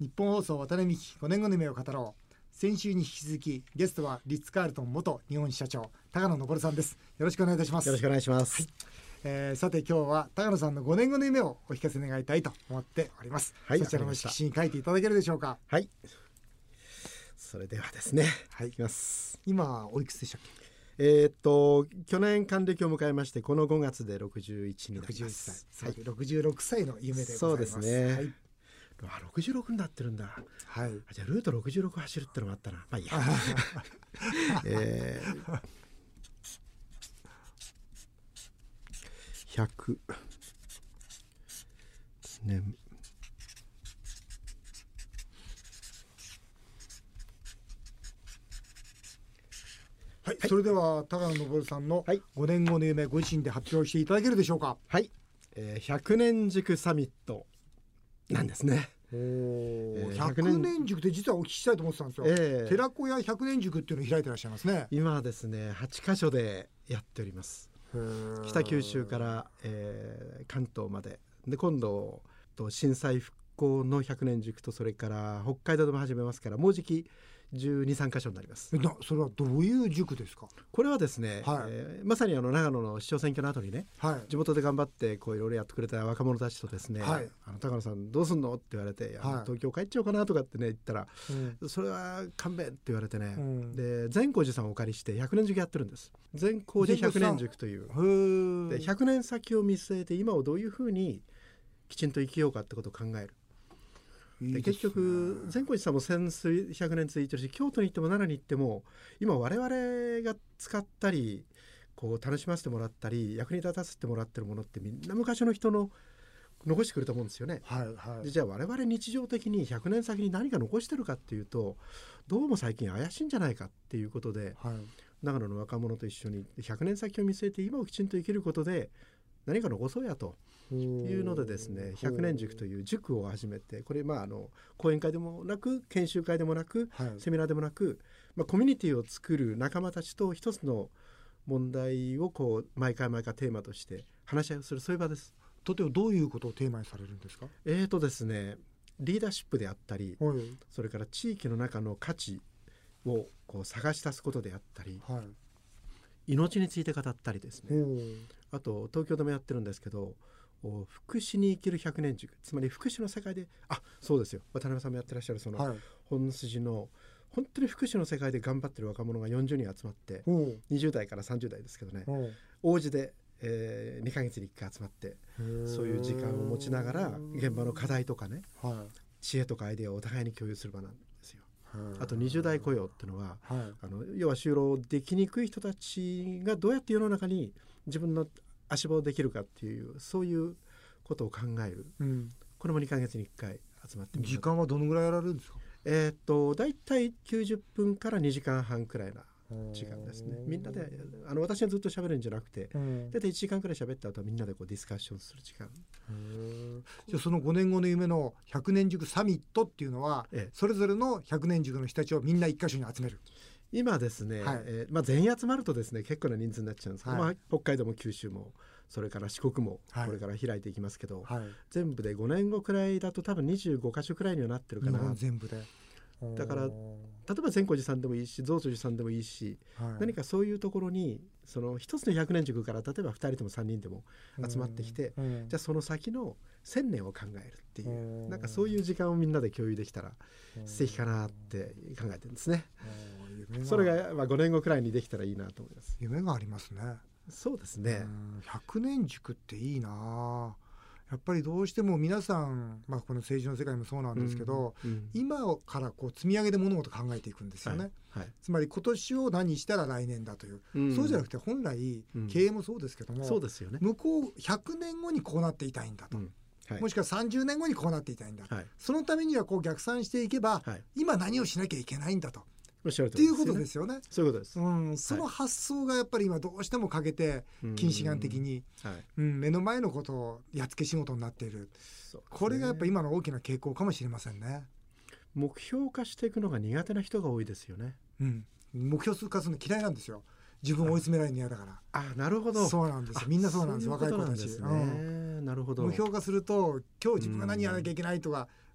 日本放送渡辺美希5年後の夢を語ろう。先週に引き続きゲストはリッツカールトン元日本支社長高野昇さんです。よろしくお願いいたします。 よろしくお願いします。 さて今日は高野さんの5年後の夢をお聞かせ願いたいと思っております。そちらの色紙に書いていただけるでしょうか。 はい、それではですね、 いきます。 今おいくつでしたっけ？ 去年還暦を迎えまして、この5月で61になります。 66歳の夢でございます。 そうですね、66になってるんだ。じゃあルート66走るってのもあったな。まあいいや100年それでは高野昇さんの5年後の夢、ご自身で発表していただけるでしょうか。 100年塾サミットなんですね。 100年塾って実はお聞きしたいと思ってたんですよ。寺子屋100年塾っていうのを開いてらっしゃいますね。 今ですね8カ所でやっております。北九州から、関東までで、今度震災復興の100年塾と、それから北海道でも始めますから、もうじき12、3カ所になります。 それはどういう塾ですか？ これはですね、まさに長野の市長選挙の後にね、地元で頑張っていろいろやってくれた若者たちとですね、高野さんどうすんのって言われて、東京帰っちゃおうかなとかってね言ったら、それは勘弁って言われてね、で善光寺さんをお借りして100年塾やってるんです。善光寺100年塾というで、100年先を見据えて今をどういうふうにきちんと生きようかってことを考える。で結局善光寺さんも1100年続いてるし、京都に行っても奈良に行っても、今我々が使ったり楽しませてもらったり役に立たせてもらってるものって、みんな昔の人の残してくれたもんですよね。でじゃあ我々日常的に100年先に何か残してるかっていうと、どうも最近怪しいんじゃないかっていうことで、長野の若者と一緒に100年先を見据えて今をきちんと生きることで何か残そうやというのでですね、100年塾という塾を始めて、これ講演会でもなく研修会でもなく、セミナーでもなく、コミュニティを作る仲間たちと一つの問題を毎回テーマとして話し合いをする、そういう場です。 例えばどういうことをテーマにされるんですか？ ですね、リーダーシップであったり、それから地域の中の価値を探し出すことであったり、命について語ったりですね、あと東京でもやってるんですけど、福祉に生きる100年塾、つまり福祉の世界で、そうですよ、渡辺さんもやってらっしゃるその本筋の本当に福祉の世界で頑張ってる若者が40人集まって、20代から30代ですけどね、王子で、2ヶ月に1回集まって、そういう時間を持ちながら現場の課題とかね、知恵とかアイデアをお互いに共有する場なんですよ。あと20代雇用っていうのは、要は就労できにくい人たちがどうやって世の中に自分の足場をできるかっていう、そういうことを考える、これも2ヶ月に1回集まってみる。 時間はどのぐらいやられるんですか？ だいたい90分から2時間半くらいな時間ですね。みんなで私がずっと喋るんじゃなくて、だいたい1時間くらい喋った後はみんなでディスカッションする時間。 じゃあその5年後の夢の100年塾サミットっていうのは、それぞれの100年塾の人たちをみんな一箇所に集める。 今ですね、全員集まるとですね結構な人数になっちゃうんですけど、北海道も九州もそれから四国もこれから開いていきますけど、全部で5年後くらいだと多分25カ所くらいにはなってるかな。 日本全部で。 だから例えば善光寺さんでもいいし、増上寺さんでもいいし、何かそういうところにその一つの100年塾から例えば2人とも3人でも集まってきて、じゃあその先の1000年を考えるっていう、なんかそういう時間をみんなで共有できたら素敵かなって考えてるんですね。それが5年後くらいにできたらいいなと思います。 夢がありますね。 そうですね。 100年塾っていいな。やっぱりどうしても皆さん、この政治の世界もそうなんですけど、今から積み上げで物事を考えていくんですよね。つまり今年を何したら来年だという、そうじゃなくて本来、経営もそうですけども、 そうですよね、 向こう100年後にこうなっていたいんだと、もしくは30年後にこうなっていたいんだ、そのためには逆算していけば、今何をしなきゃいけないんだとっていうことですよね。 そういうことです、 その発想がやっぱり今どうしても欠けて、近視眼的に、目の前のことをやっつけ仕事になっている、これがやっぱり今の大きな傾向かもしれませんね。 目標化していくのが苦手な人が多いですよね。 目標化するの嫌いなんですよ。自分を追い詰められるの嫌だから。 なるほど。 そうなんですよ。みんなそうなんです。若い子たち。 なるほど。 目標化すると今日自分が何やらなきゃいけないとか、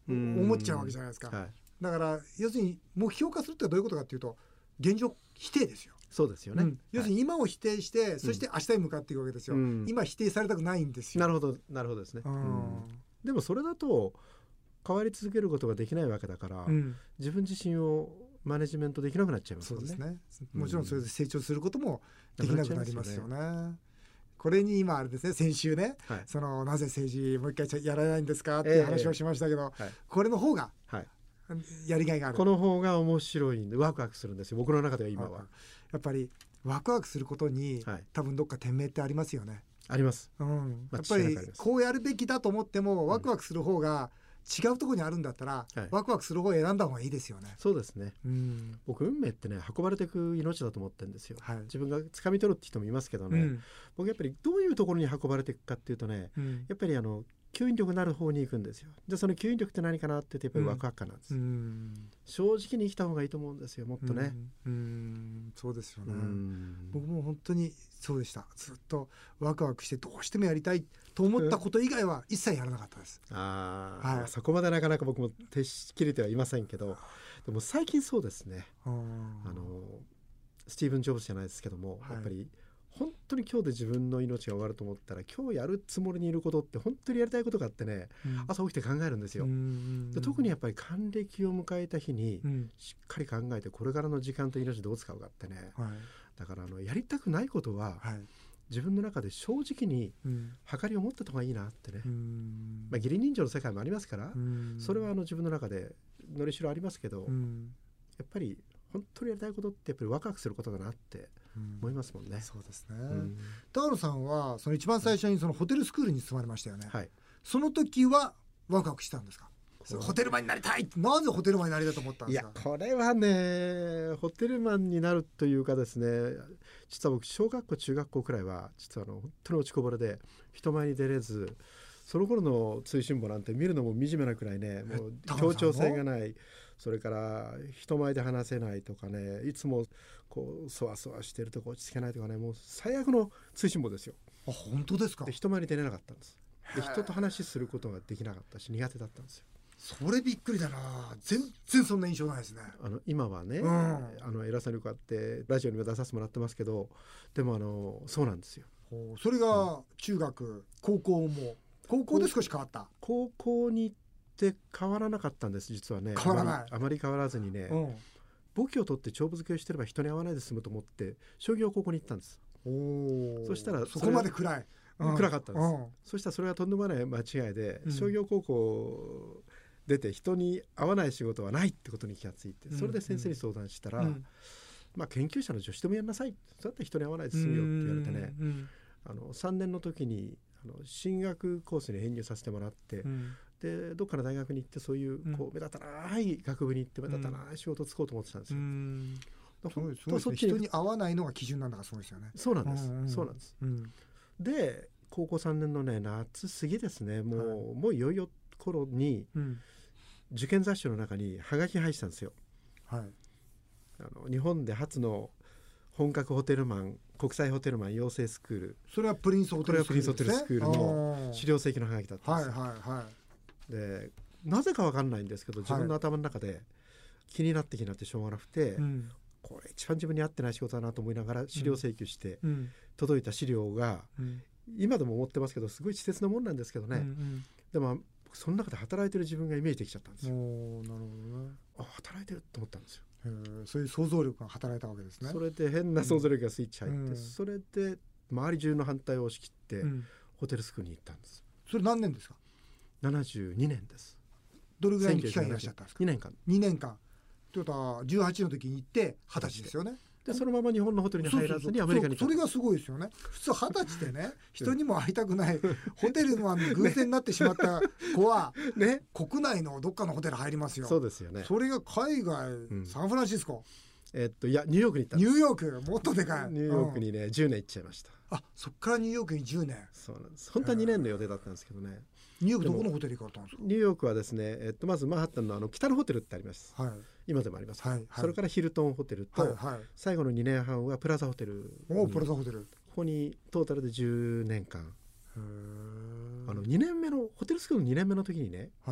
思っちゃうわけじゃないですか、はい、だから要するに目標化するってどういうことかっていうと現状否定ですよ。 そうですよね、 要するに今を否定して、そして明日に向かっていくわけですよ、今否定されたくないんですよ。 なるほどなるほどですね、でもそれだと変わり続けることができないわけだから、自分自身をマネジメントできなくなっちゃいますよね。 そうですね、もちろんそれで成長することもできなくなりますよね。これに今あれですね、先週ね、そのなぜ政治もう一回やらないんですかっていう話をしましたけど、これの方がやりがいがある、 この方が面白いんでワクワクするんですよ、僕の中では今は。 やっぱりワクワクすることに、多分どっか天命ってありますよね。 あります、 やっぱりこうやるべきだと思ってもワクワクする方が違うところにあるんだったら、ワクワクする方を選んだ方がいいですよね。 そうですね、僕運命ってね運ばれていく命だと思ってるんですよ、自分が掴み取るって人もいますけどね、僕やっぱりどういうところに運ばれていくかっていうとね、やっぱり吸引力になる方に行くんですよ。じゃあその吸引力って何かなって言ってやっぱりワクワク感なんです、正直に生きた方がいいと思うんですよ、もっとね。 そうですよね、僕も本当にそうでした。ずっとワクワクしてどうしてもやりたいと思ったこと以外は一切やらなかったです、 そこまでなかなか僕も徹しきれてはいませんけど、でも最近そうですね、スティーブン・ジョブズじゃないですけども、やっぱり本当に今日で自分の命が終わると思ったら今日やるつもりにいることって本当にやりたいことがあってね、朝起きて考えるんですよ。で特にやっぱり還暦を迎えた日にしっかり考えてこれからの時間と命どう使うかってね、だからやりたくないことは、自分の中で正直に計りを持った方がいいなってね、義理人情の世界もありますから、それは自分の中でのりしろありますけど、やっぱり本当にやりたいことってやっぱりワクワクすることだなって思いますもんね。 そうですね、高野さんはその一番最初にそのホテルスクールに勤まれましたよね、その時はワクワクしたんですか？ホテルマンになりたいって、なぜホテルマンになりたいと思ったんですか？ いやこれはねホテルマンになるというかですね、実は僕小学校中学校くらいは実は本当に落ちこぼれで人前に出れず、その頃の通信簿なんて見るのも惨めなくらいね、もう協調性がない、それから人前で話せないとかね、いつもこうそわそわしてるとか落ち着けないとかね、もう最悪の通信簿ですよ。 本当ですか？ で人前に出れなかったんです。で人と話することができなかったし苦手だったんですよ。 それびっくりだな。全然そんな印象ないですね。 今はね、偉さにこうやってラジオにも出させてもらってますけど、でもそうなんですよ。 それが中学、高校も高校で少し変わった。 高校に行って変わらなかったんです実はね。 変わらない。 あまり変わらずにね、簿記を取って長物付けをしてれば人に会わないで済むと思って商業高校に行ったんです。そしたらそこまで暗かったんです。そしたらそれはとんでもない間違いで、商業高校出て人に会わない仕事はないってことに気がついて、それで先生に相談したら、研究者の助手でもやんなさい、そうやって人に会わないで済むよって言われてね、3年の時に進学コースに編入させてもらって、でどっかの大学に行ってそういうこう目立たない学部に行って目立たない仕事をつこうと思ってたんですよ。 そっちに人に会わないのが基準なんだからそうですよね。 そうなんです、そうなんです。で高校3年のね夏過ぎですね、もういよいよ頃に、受験雑誌の中にハガキ入ってたんですよ。日本で初の本格ホテルマン、国際ホテルマン養成スクール、 それはプリンスホテルスクールですね。 これはプリンスホテルスクールの資料請求のハガキだったんですよ。でなぜか分かんないんですけど自分の頭の中で気になってしょうがなくて、これ一番自分に合ってない仕事だなと思いながら資料請求して、届いた資料が、今でも思ってますけどすごい稚拙なもんなんですけどね、でもその中で働いてる自分がイメージできちゃったんですよ。 なるほどね。 働いてると思ったんですよ。 そういう想像力が働いたわけですね。 それで変な想像力がスイッチ入って、それで周り中の反対を押し切って、ホテルスクールに行ったんです。 それ何年ですか ？72年です。 どれぐらいの期間いらっしゃったんですか？ 2年間。 2年間ということは18の時に行って20歳ですよね。 でそのまま日本のホテルに入らずにアメリカに行った。 それがすごいですよね。普通20歳でね人にも会いたくないホテルマンに偶然になってしまった子は、国内のどっかのホテル入りますよ。 そうですよね。 それが海外、サンフランシスコ、 いやニューヨークに行ったんです。 ニューヨークもっとでかい。 ニューヨークにね10年行っちゃいました。 そっからニューヨークに10年。 そうなんです。本当は2年の予定だったんですけどね。 ニューヨークどこのホテル行かれたんですか？ ニューヨークはですね、まずマンハッタンの北のホテルってあります。今でもあります。それからヒルトンホテルと、最後の2年半はプラザホテル。 プラザホテル。 ここにトータルで10年間。2年目のホテルスクールの2年目の時にね、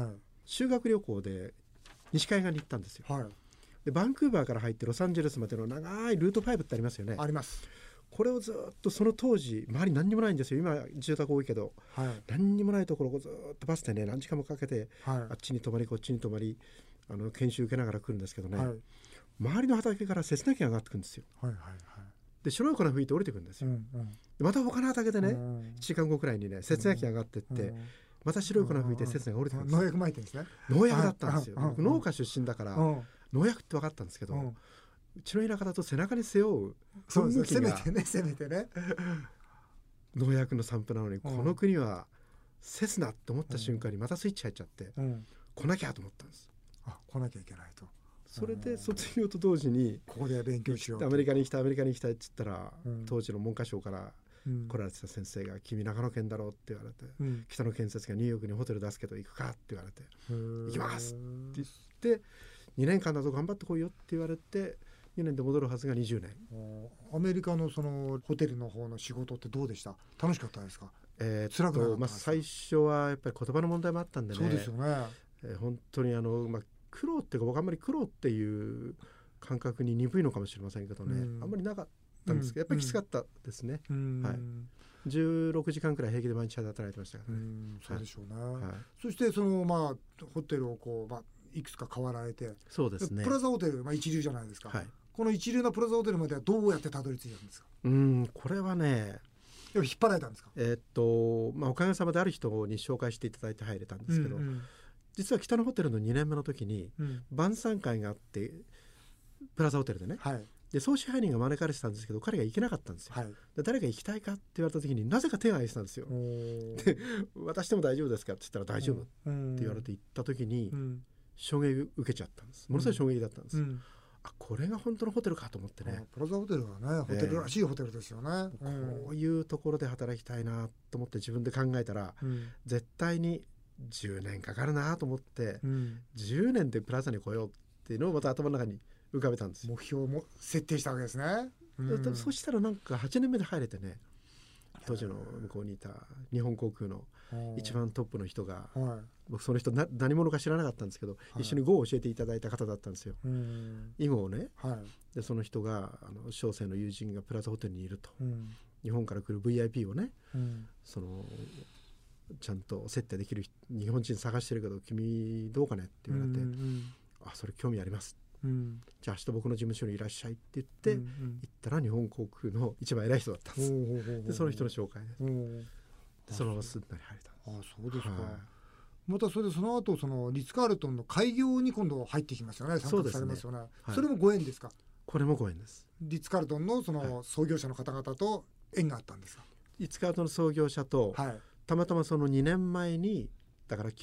修学旅行で西海岸に行ったんですよ、はい、でバンクーバーから入ってロサンゼルスまでの長いルート5ってありますよね。 あります。 これをずっとその当時周り何にもないんですよ。今住宅多いけど、はい、何にもないところをずっとバスでね何時間もかけて、はい、あっちに泊まりこっちに泊まり研修受けながら来るんですけどね、はい、周りの畑からセスナ機が上がってくるんですよ、はいはいはい、で白い粉吹いて降りてくるんですよ、うんうん、でまた他の畑でね、1時間後くらいにねセスナ機が上がってって、また白い粉吹いてセスナが降りてくるんですよ。 農薬撒いてるんですね。 農薬だったんですよ。僕農家出身だから農薬って分かったんですけど、うちの田舎だと背中に背負うそうですね、せめてね農薬の散布なのに、この国はセスナって思った瞬間にまたスイッチ入っちゃって、来なきゃと思ったんです。 来なきゃいけないと。 それで卒業と同時にここで勉強しようと、 アメリカに行きたいって言ったら、当時の文科省から来られてた先生が、君長野県だろうって言われて、北野建設がニューヨークにホテル出すけど行くかって言われて、行きますって言って、2年間だと頑張ってこいよって言われて、2年で戻るはずが20年。 アメリカのそのホテルの方の仕事ってどうでした？楽しかったですか？辛くなかったですか？ 最初はやっぱり言葉の問題もあったんでね。 そうですよね。 本当に苦労っていうか、僕あんまり苦労っていう感覚に鈍いのかもしれませんけどね、あんまりなかったんですけど、やっぱりきつかったですね、はい、16時間くらい平気で毎日働いてましたからね。 そうでしょうね、はい、そしてそのホテルをいくつか変わられて、 そうですね、 プラザホテル、一流じゃないですか、はい、この一流なプラザホテルまではどうやってたどり着いたんですか？ これはね、 引っ張られたんですか？ おかげさまである人に紹介していただいて入れたんですけど、実は北のホテルの2年目の時に晩餐会があって、プラザホテルでね、はい、で総支配人が招かれてたんですけど、彼が行けなかったんですよ、はい、で誰が行きたいかって言われた時になぜか手を挙げてたんですよ。で渡しても大丈夫ですかって言ったら大丈夫って言われて行った時に衝撃受けちゃったんです。ものすごい衝撃だったんです、これが本当のホテルかと思ってね。 プラザホテルはね、ホテルらしいホテルですよね、 こういうところで働きたいなと思って自分で考えたら、絶対に10年かかるなと思って、10年でプラザに来ようっていうのをまた頭の中に浮かべたんですよ。 目標も設定したわけですね、 そしたらなんか8年目で入れてね、当時の向こうにいた日本航空の一番トップの人が、僕その人何者か知らなかったんですけど、一緒に語を教えていただいた方だったんですよ、囲碁をね、でその人が小生の友人がプラザホテルにいると、日本から来る VIP をね、そのちゃんと接待できる日本人探してるけど君どうかねって言われて、それ興味あります、じゃあ明日僕の事務所にいらっしゃいって言って、行ったら日本航空の一番偉い人だったんです。でその人の紹介で、そのまますんなり入れた。 そうですか、またそれでその後そのリッツ・カールトンの開業に今度入ってきますよね。参画されますよね。それもご縁ですか？ これもご縁です。 リッツ・カールトンのその創業者の方々と縁があったんですか？ リッツ・カールトンの創業者と、たまたまその2年前にだから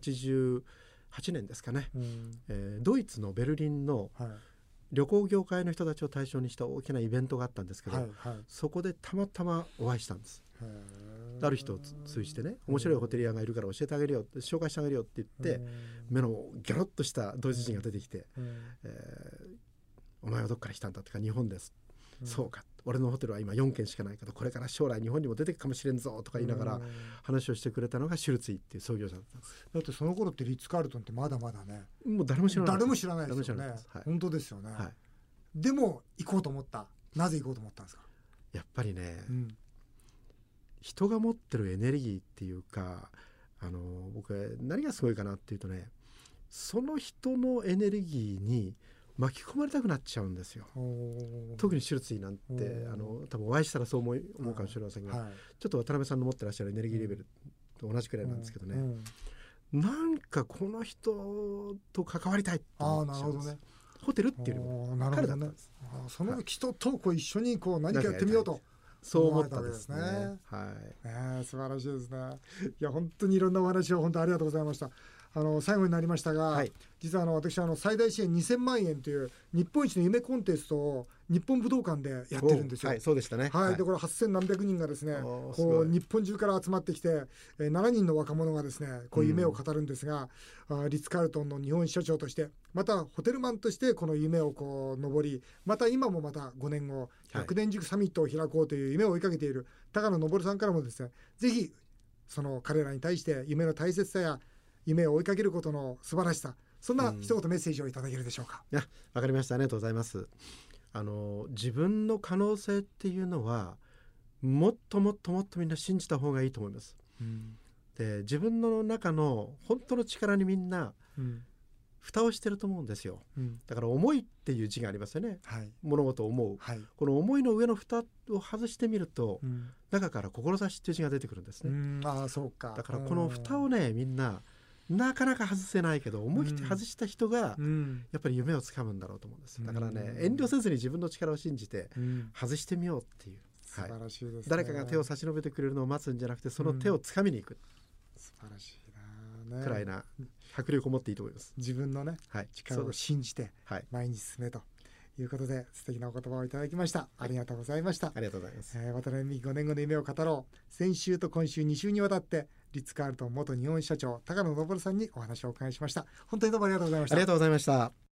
88年ですかね、ドイツのベルリンの旅行業界の人たちを対象にした大きなイベントがあったんですけど、そこでたまたまお会いしたんです。ある人を通じてね、面白いホテリアがいるから教えてあげるよ、紹介してあげるよって言って、目のギョロッとしたドイツ人が出てきて、お前はどっから来たんだってか、日本です、そうか、俺のホテルは今4軒しかないけどこれから将来日本にも出てくかもしれんぞとか言いながら話をしてくれたのがシュルツィっていう創業者だったんです。 だってその頃ってリッツ・カールトンってまだまだね、 もう誰も知らないですよね。本当ですよね、でも行こうと思った。なぜ行こうと思ったんですか？ やっぱりね、人が持ってるエネルギーっていうか、僕は何がすごいかなっていうとね、その人のエネルギーに巻き込まれたくなっちゃうんですよ。特にシュルツィなんて多分お会いしたらそう思うかもしれませんが、ちょっと渡辺さんの持ってらっしゃるエネルギーレベルと同じくらいなんですけどね、なんかこの人と関わりたいって思っちゃうんです。ホテルっていうよりも彼だったんです。 その人と一緒に何かやってみようとそう思ったんですね。 素晴らしいですね。いや本当にいろんなお話を本当ありがとうございました。最後になりましたが、実は私最大支援2000万円という日本一の夢コンテストを日本武道館でやってるんですよ。 そうでしたね。 でこれ8000何百人がですね、日本中から集まってきて、7人の若者がですねこう夢を語るんですが、リッツ・カールトンの日本支社長として、またホテルマンとしてこの夢を上り、また今もまた5年後100年塾サミットを開こうという夢を追いかけている高野昇さんからもですね、ぜひその彼らに対して夢の大切さや夢を追いかけることの素晴らしさ、そんな一言メッセージをいただけるでしょうか。 いや、わかりました。ありがとうございます。自分の可能性っていうのはもっともっともっとみんな信じた方がいいと思います。で、自分の中の本当の力にみんな蓋をしてると思うんですよ。だから思いっていう字がありますよね。物事を思う、この思いの上の蓋を外してみると、中から志っていう字が出てくるんですね。 そうか。 だからこの蓋をね、みんななかなか外せないけど、思い切って外した人がやっぱり夢をつかむんだろうと思うんです。だからね、遠慮せずに自分の力を信じて外してみようっていう、 素晴らしいですね。 誰かが手を差し伸べてくれるのを待つんじゃなくて、その手をつかみに行く、 素晴らしいな、 くらいな迫力を持っていいと思います。 自分のね、力を信じて前に進めということで、素敵なお言葉をいただきました。ありがとうございました。 ありがとうございます。 渡辺美希5年後の夢を語ろう。先週と今週2週にわたってリッツ・カールトン元日本支社長高野昇さんにお話をお伺いしました。本当にどうもありがとうございました。 ありがとうございました。